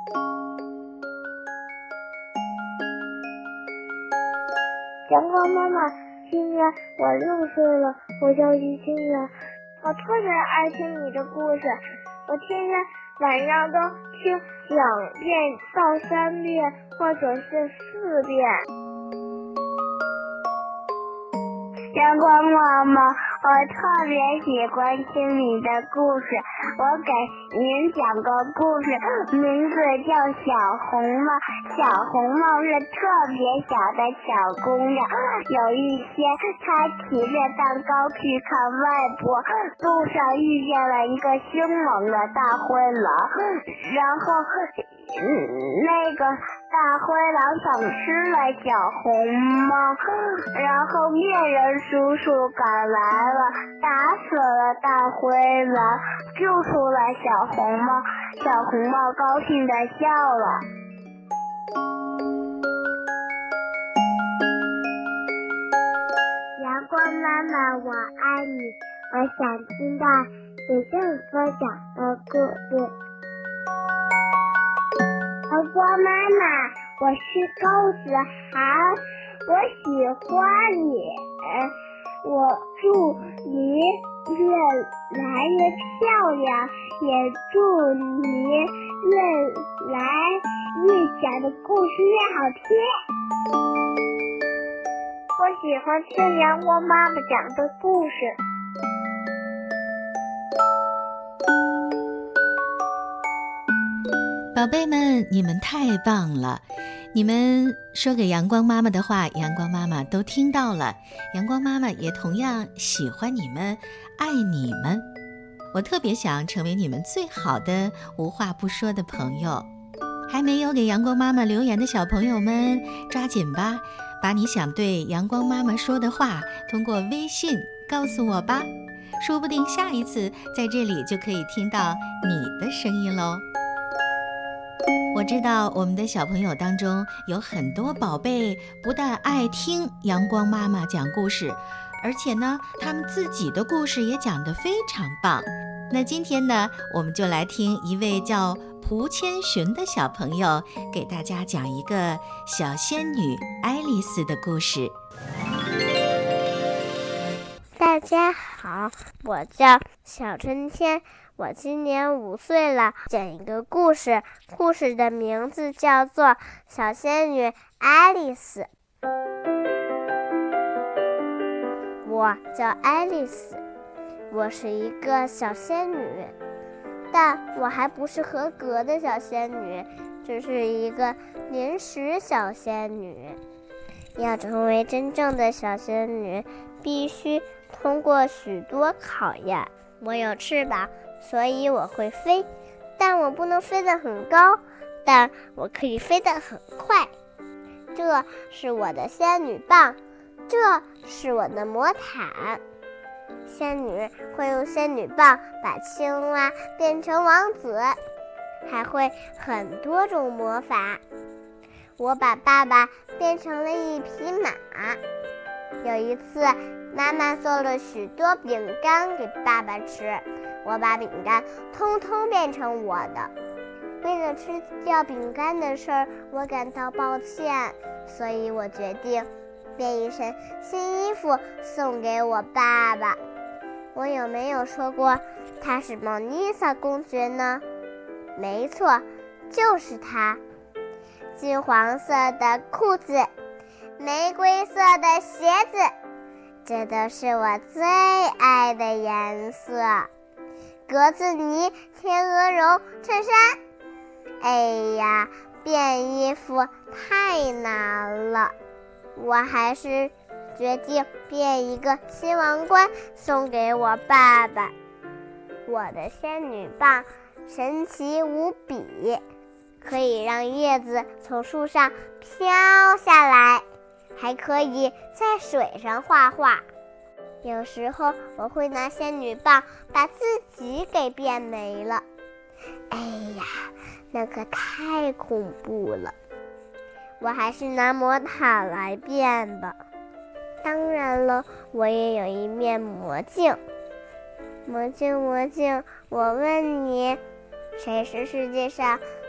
阳光妈妈，今年我6岁了，我叫于清源，我特别爱听你的故事，我天天晚上都听2遍到3遍，或者是4遍。 阳光妈妈，我特别喜欢听你的故事，我给您讲个故事，名字叫小红帽。小红帽是特别小的小姑娘，有一天她提着蛋糕去看外婆，路上遇见了一个凶猛的大灰狼，然后那个大灰狼想吃了小红帽，然后猎人叔叔赶来了，打死了大灰狼，救出了小红帽。小红帽高兴地笑了。 阳光妈妈，我爱你，我想听到姐姐所讲的故事。阳光妈妈，我是高子涵，我喜欢你，我祝你越来越漂亮，也祝你越来越讲的故事越好听。我喜欢听阳光妈妈讲的故事。 宝贝们，你们太棒了！你们说给阳光妈妈的话，阳光妈妈都听到了。阳光妈妈也同样喜欢你们，爱你们。我特别想成为你们最好的无话不说的朋友。还没有给阳光妈妈留言的小朋友们，抓紧吧，把你想对阳光妈妈说的话通过微信告诉我吧，说不定下一次在这里就可以听到你的声音喽。我知道我们的小朋友当中有很多宝贝不但爱听阳光妈妈讲故事，而且呢，他们自己的故事也讲得非常棒。那今天呢，我们就来听一位叫蒲千寻的小朋友给大家讲一个小仙女爱丽丝的故事。 大家好，我叫小春天，我今年5岁了，讲一个故事，故事的名字叫做《小仙女爱丽丝》。我叫爱丽丝，我是一个小仙女，但我还不是合格的小仙女，只是一个临时小仙女。要成为真正的小仙女，必须通过许多考验。我有翅膀，所以我会飞，但我不能飞得很高，但我可以飞得很快。这是我的仙女棒，这是我的魔毯。仙女会用仙女棒把青蛙变成王子，还会很多种魔法。我把爸爸变成了一匹马。有一次，妈妈做了许多饼干给爸爸吃，我把饼干通通变成我的。为了吃掉饼干的事儿，我感到抱歉，所以我决定变一身新衣服送给我爸爸。我有没有说过她是蒙妮萨公爵呢？没错，就是她。金黄色的裤子，玫瑰色的鞋子，这都是我最爱的颜色。格子呢天鹅绒衬衫，哎呀，变衣服太难了，我还是决定变一个新王冠送给我爸爸。我的仙女棒神奇无比，可以让叶子从树上飘下来，还可以在水上画画。有时候我会拿仙女棒把自己给变没了，哎呀，那可太恐怖了。我还是拿魔毯来变吧。当然了，我也有一面魔镜。魔镜魔镜，我问你，谁是世界上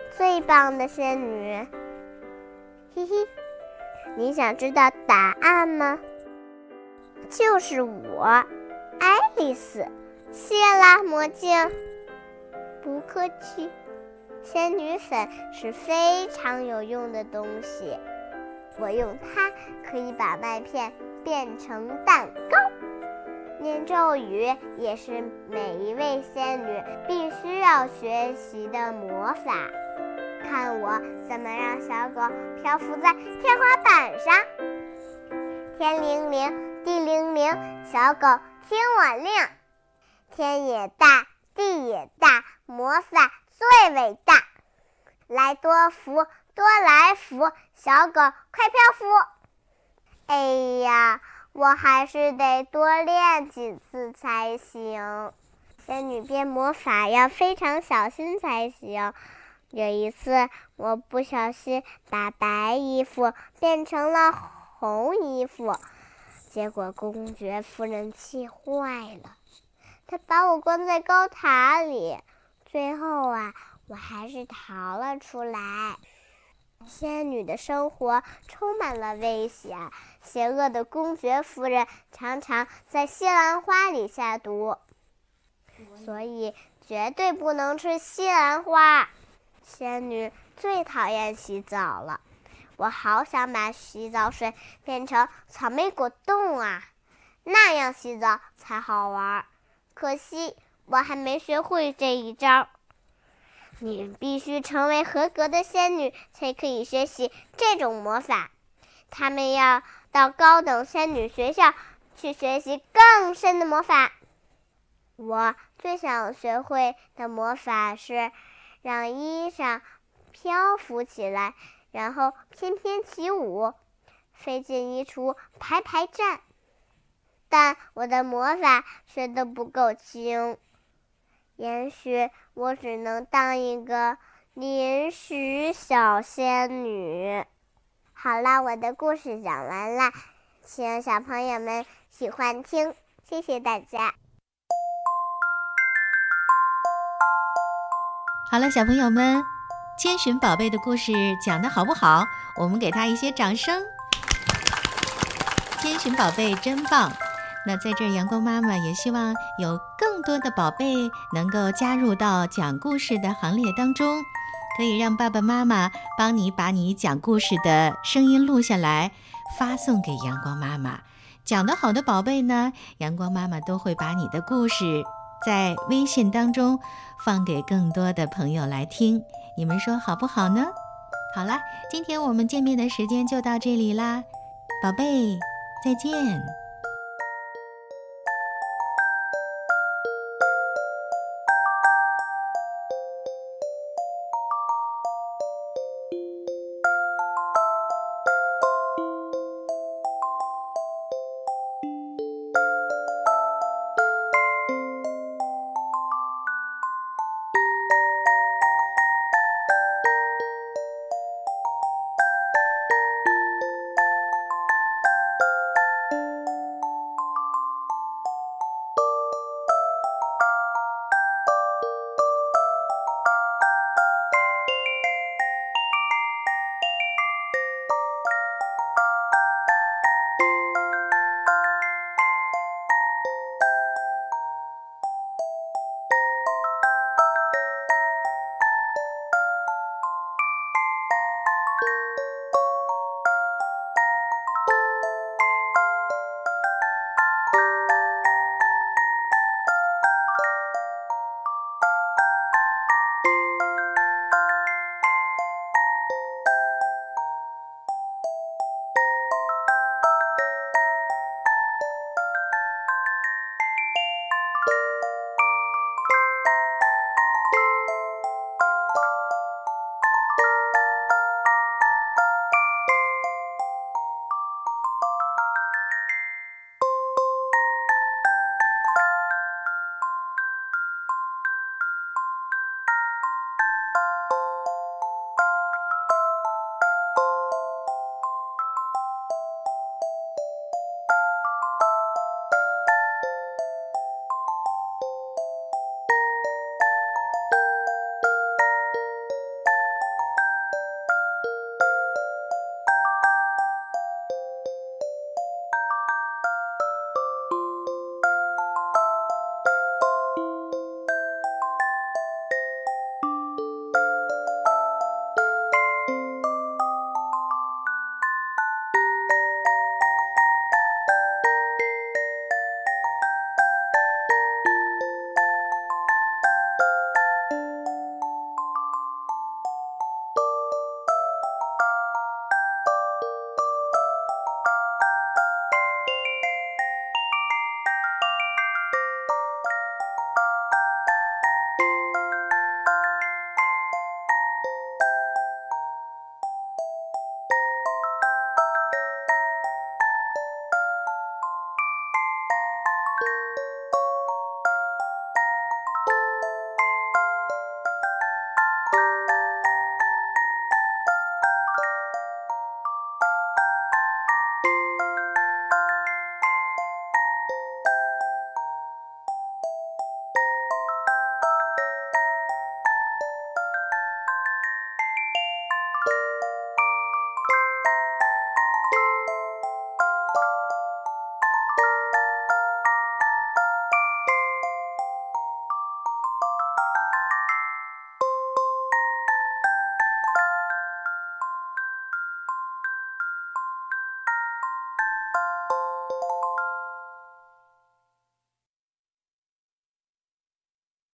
最棒的仙女。嘿嘿，你想知道答案吗？就是我，爱丽丝。谢啦，魔镜。不客气。仙女粉是非常有用的东西，我用它可以把麦片变成蛋糕。念咒语也是每一位仙女必须要学习的魔法。看我怎么让小狗漂浮在天花板上。天灵灵，地灵灵，小狗听我令。天也大，地也大，魔法最伟大。来多福，多来福，小狗快漂浮。哎呀，我还是得多练几次才行。仙女变魔法要非常小心才行。有一次，我不小心把白衣服变成了红衣服，结果公爵夫人气坏了，她把我关在高塔里。最后我还是逃了出来。仙女的生活充满了危险，邪恶的公爵夫人常常在西兰花里下毒，所以绝对不能吃西兰花。仙女最讨厌洗澡了，我好想把洗澡水变成草莓果冻啊，那样洗澡才好玩。可惜我还没学会这一招。你必须成为合格的仙女才可以学习这种魔法，他们要到高等仙女学校去学习更深的魔法。我最想学会的魔法是让衣裳漂浮起来，然后翩翩起舞，飞进衣橱排排站。但我的魔法学得不够精，也许我只能当一个临时小仙女。好了，我的故事讲完了，希望小朋友们喜欢听，谢谢大家。 好了，小朋友们，千寻宝贝的故事讲得好不好？我们给他一些掌声。千寻宝贝真棒！那在这儿，阳光妈妈也希望有更多的宝贝能够加入到讲故事的行列当中，可以让爸爸妈妈帮你把你讲故事的声音录下来，发送给阳光妈妈。讲得好的宝贝呢，阳光妈妈都会把你的故事在微信当中放给更多的朋友来听，你们说好不好呢？好啦，今天我们见面的时间就到这里啦，宝贝，再见。